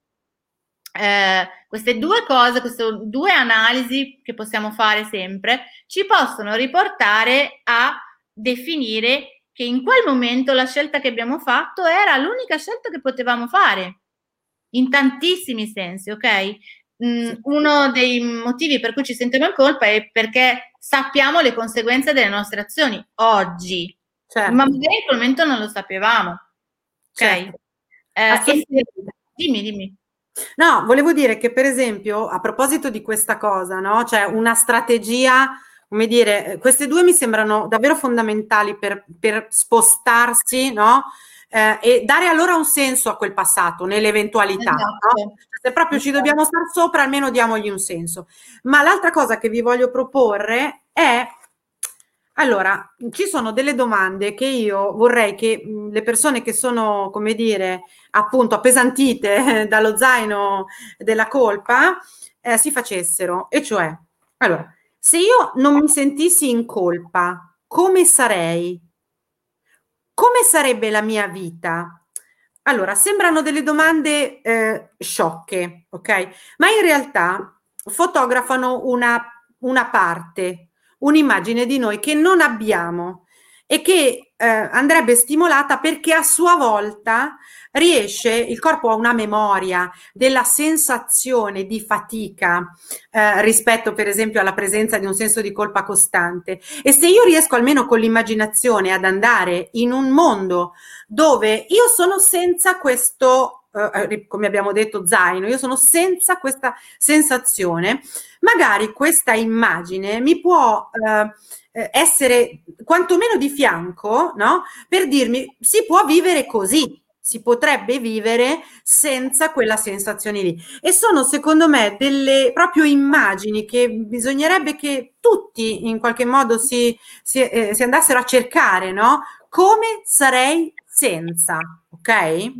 eh, queste due cose, queste due analisi che possiamo fare sempre, ci possono riportare a definire che in quel momento la scelta che abbiamo fatto era l'unica scelta che potevamo fare, in tantissimi sensi, ok? Mm, Sì. Uno dei motivi per cui ci sentiamo in colpa è perché sappiamo le conseguenze delle nostre azioni oggi, Certo. ma magari in quel momento non lo sapevamo, ok? Certo. Eh, e se, Assolutamente. dimmi, dimmi. No, volevo dire che per esempio, a proposito di questa cosa, no? Cioè una strategia, come dire, eh, queste due mi sembrano davvero fondamentali per, per spostarsi, no? Eh, e dare allora un senso a quel passato, nell'eventualità, no? Esatto. Se proprio ci dobbiamo star sopra, almeno diamogli un senso. Ma l'altra cosa che vi voglio proporre è, allora, ci sono delle domande che io vorrei che mh, le persone che sono, come dire, appunto appesantite eh, dallo zaino della colpa eh, si facessero, e cioè, allora, se io non mi sentissi in colpa, come sarei? Come sarebbe la mia vita? Allora, sembrano delle domande eh, sciocche, ok? Ma in realtà fotografano una, una parte, un'immagine di noi che non abbiamo e che eh, andrebbe stimolata perché a sua volta riesce, il corpo ha una memoria della sensazione di fatica eh, rispetto per esempio alla presenza di un senso di colpa costante, e se io riesco almeno con l'immaginazione ad andare in un mondo dove io sono senza questo eh, come abbiamo detto, zaino, io sono senza questa sensazione, magari questa immagine mi può eh, essere quantomeno di fianco, no? Per dirmi si può vivere così, si potrebbe vivere senza quella sensazione lì. E sono secondo me delle proprio immagini che bisognerebbe che tutti in qualche modo si, si, eh, si andassero a cercare, no? Come sarei senza, ok?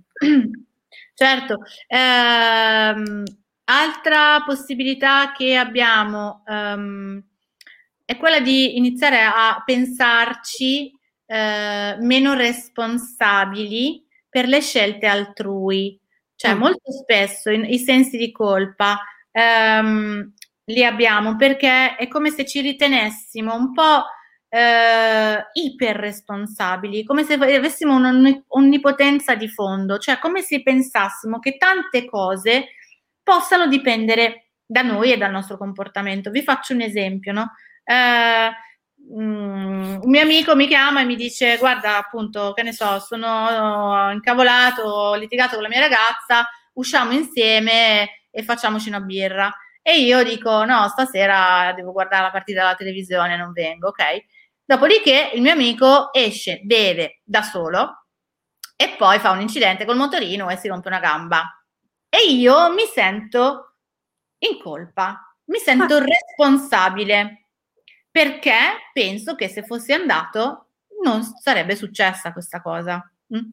Certo. Ehm, altra possibilità che abbiamo ehm, è quella di iniziare a pensarci eh, meno responsabili per le scelte altrui. Cioè, Mm. molto spesso in- i sensi di colpa ehm, li abbiamo perché è come se ci ritenessimo un po' eh, iperresponsabili, come se avessimo un'onnipotenza di fondo, cioè come se pensassimo che tante cose possano dipendere da noi e dal nostro comportamento. Vi faccio un esempio, no? Eh, mm, un mio amico mi chiama e mi dice: guarda, appunto, che ne so, sono incavolato, ho litigato con la mia ragazza, usciamo insieme e facciamoci una birra. E io dico: no, stasera devo guardare la partita della televisione, non vengo, ok? Dopodiché il mio amico esce, beve da solo e poi fa un incidente col motorino e si rompe una gamba. E io mi sento in colpa, mi sento responsabile perché penso che se fossi andato non sarebbe successa questa cosa. Mm?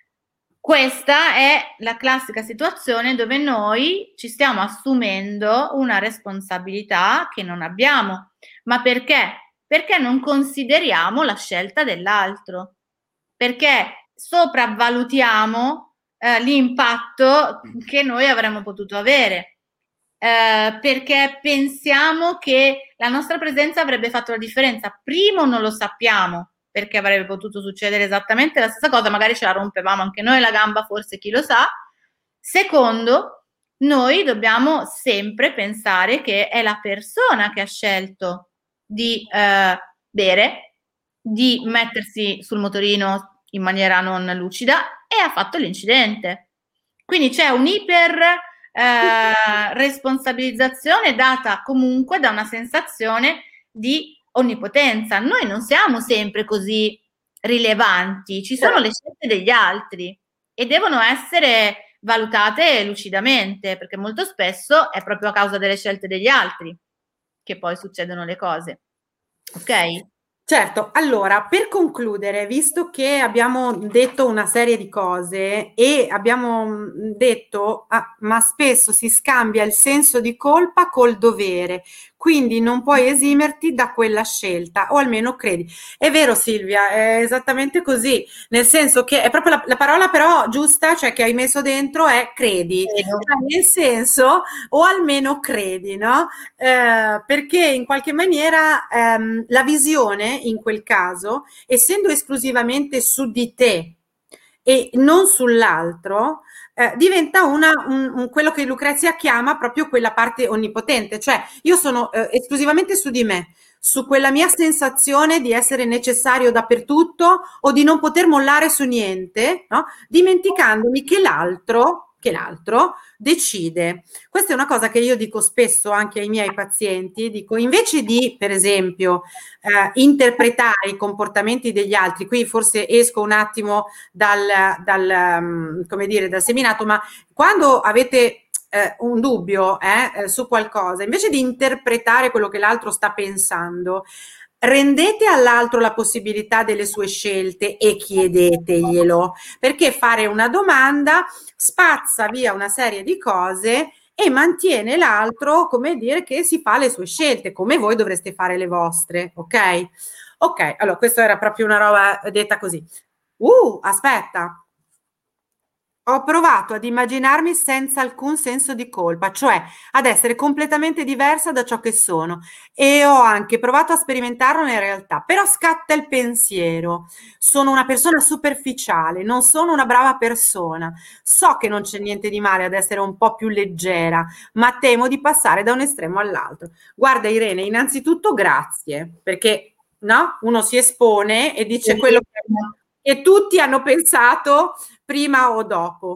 Questa è la classica situazione dove noi ci stiamo assumendo una responsabilità che non abbiamo. Ma perché? Perché non consideriamo la scelta dell'altro, perché sopravvalutiamo eh, l'impatto che noi avremmo potuto avere, eh, perché pensiamo che la nostra presenza avrebbe fatto la differenza. Primo, non lo sappiamo, perché avrebbe potuto succedere esattamente la stessa cosa, magari ce la rompevamo anche noi la gamba, forse chi lo sa. Secondo, noi dobbiamo sempre pensare che è la persona che ha scelto di eh, bere, di mettersi sul motorino in maniera non lucida e ha fatto l'incidente. Quindi c'è un'iper eh, responsabilizzazione data comunque da una sensazione di onnipotenza. Noi non siamo sempre così rilevanti, ci sono le scelte degli altri e devono essere valutate lucidamente, perché molto spesso è proprio a causa delle scelte degli altri che poi succedono le cose. Ok? Certo, allora per concludere, visto che abbiamo detto una serie di cose e abbiamo mh, detto, ah, ma spesso si scambia il senso di colpa col dovere, quindi non puoi esimerti da quella scelta, o almeno credi. È vero, Silvia, è esattamente così, nel senso che è proprio la, la parola però giusta, cioè che hai messo dentro è credi, cioè, nel senso, o almeno credi, no? Eh, perché in qualche maniera ehm, la visione in quel caso, essendo esclusivamente su di te e non sull'altro, eh, diventa una, un, un, quello che Lucrezia chiama proprio quella parte onnipotente, cioè io sono eh, esclusivamente su di me, su quella mia sensazione di essere necessario dappertutto o di non poter mollare su niente, no? Dimenticandomi che l'altro, che l'altro decide. Questa è una cosa che io dico spesso anche ai miei pazienti, dico invece di, per esempio, eh, interpretare i comportamenti degli altri, qui forse esco un attimo dal, dal, um, come dire, dal seminato, ma quando avete eh, un dubbio eh, eh, su qualcosa, invece di interpretare quello che l'altro sta pensando, rendete all'altro la possibilità delle sue scelte e chiedeteglielo, perché fare una domanda spazza via una serie di cose e mantiene l'altro, come dire, che si fa le sue scelte, come voi dovreste fare le vostre, ok? Ok, allora questo era proprio una roba detta così. Uh, aspetta. Ho provato ad immaginarmi senza alcun senso di colpa, cioè ad essere completamente diversa da ciò che sono, e ho anche provato a sperimentarlo nella realtà, però scatta il pensiero: sono una persona superficiale, non sono una brava persona, so che non c'è niente di male ad essere un po' più leggera, ma temo di passare da un estremo all'altro. Guarda Irene, innanzitutto grazie, perché no? Uno si espone e dice quello che, che tutti hanno pensato prima o dopo.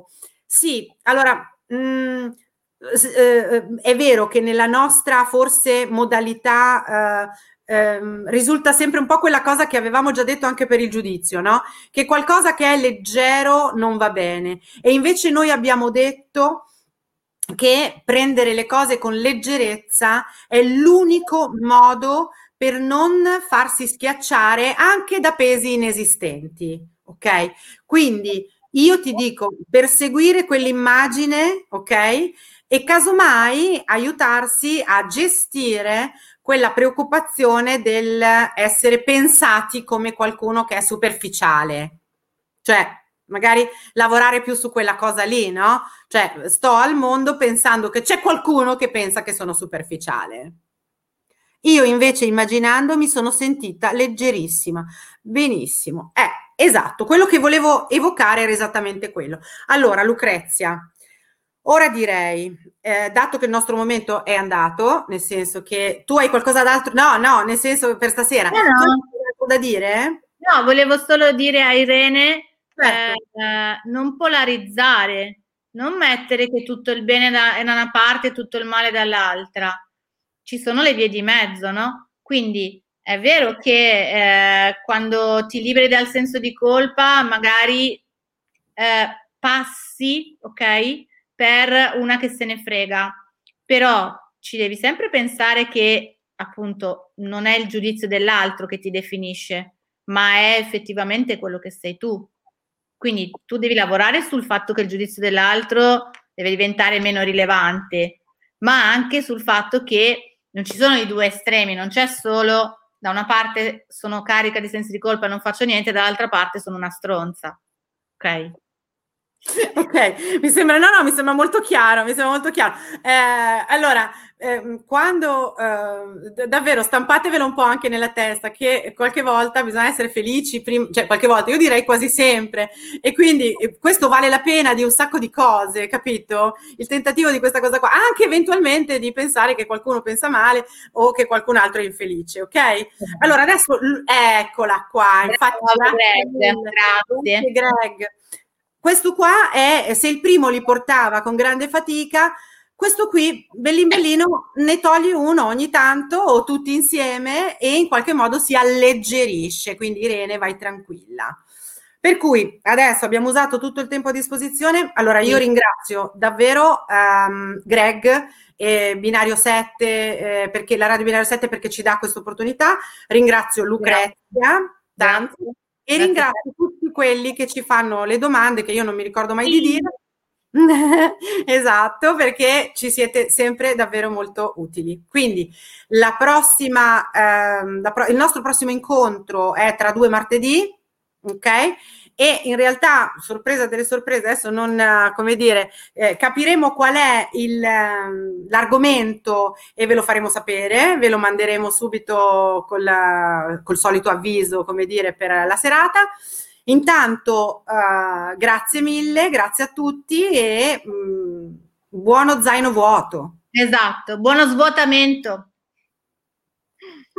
Sì, allora, mh, eh, è vero che nella nostra forse modalità eh, ehm, risulta sempre un po' quella cosa che avevamo già detto anche per il giudizio, no? Che qualcosa che è leggero non va bene. E invece noi abbiamo detto che prendere le cose con leggerezza è l'unico modo per non farsi schiacciare anche da pesi inesistenti, ok? Quindi io ti dico perseguire quell'immagine, ok? E casomai aiutarsi a gestire quella preoccupazione del essere pensati come qualcuno che è superficiale. Cioè, magari lavorare più su quella cosa lì, no? Cioè, sto al mondo pensando che c'è qualcuno che pensa che sono superficiale. Io invece immaginando mi sono sentita leggerissima. Benissimo. Eh, esatto, quello che volevo evocare era esattamente quello. Allora, Lucrezia, ora direi, eh, dato che il nostro momento è andato, nel senso che tu hai qualcosa d'altro, no, no, nel senso per stasera, No, tu hai no. qualcosa da dire? No, volevo solo dire a Irene, Certo. eh, eh, non polarizzare, non mettere che tutto il bene da, è da una parte e tutto il male dall'altra. Ci sono le vie di mezzo, no? Quindi è vero che eh, quando ti liberi dal senso di colpa, magari eh, passi, ok, per una che se ne frega, però ci devi sempre pensare che appunto non è il giudizio dell'altro che ti definisce, ma è effettivamente quello che sei tu. Quindi tu devi lavorare sul fatto che il giudizio dell'altro deve diventare meno rilevante, ma anche sul fatto che non ci sono i due estremi, non c'è solo da una parte sono carica di sensi di colpa e non faccio niente, dall'altra parte sono una stronza. Ok? Ok, mi sembra, no, no, mi sembra molto chiaro, mi sembra molto chiaro. Eh, allora, ehm, quando eh, d- davvero stampatevelo un po' anche nella testa che qualche volta bisogna essere felici, prim- cioè qualche volta, io direi quasi sempre, e quindi eh, questo vale la pena di un sacco di cose, capito? Il tentativo di questa cosa qua, anche eventualmente di pensare che qualcuno pensa male o che qualcun altro è infelice, ok? Allora adesso, l- eccola qua, infatti, Bravo grazie Greg, mille, grazie. grazie Greg. Questo qua è, se il primo li portava con grande fatica, questo qui, bellin bellino, ne togli uno ogni tanto o tutti insieme e in qualche modo si alleggerisce, quindi Irene vai tranquilla. Per cui adesso abbiamo usato tutto il tempo a disposizione, allora io Sì. ringrazio davvero um, Greg e Binario sette, eh, perché la radio Binario sette perché ci dà questa opportunità, ringrazio Lucrezia, tanto, Grazie. e Grazie a te. ringrazio tutti quelli che ci fanno le domande che io non mi ricordo mai di Sì. dire. Esatto, perché ci siete sempre davvero molto utili. Quindi la prossima, ehm, la pro- il nostro prossimo incontro è tra due martedì, ok? E in realtà, sorpresa delle sorprese, adesso non, eh, come dire, eh, capiremo qual è il, ehm, l'argomento e ve lo faremo sapere, ve lo manderemo subito col, eh, col solito avviso, come dire, per la serata. Intanto, eh, grazie mille, grazie a tutti e mh, buono zaino vuoto. Esatto, buono svuotamento.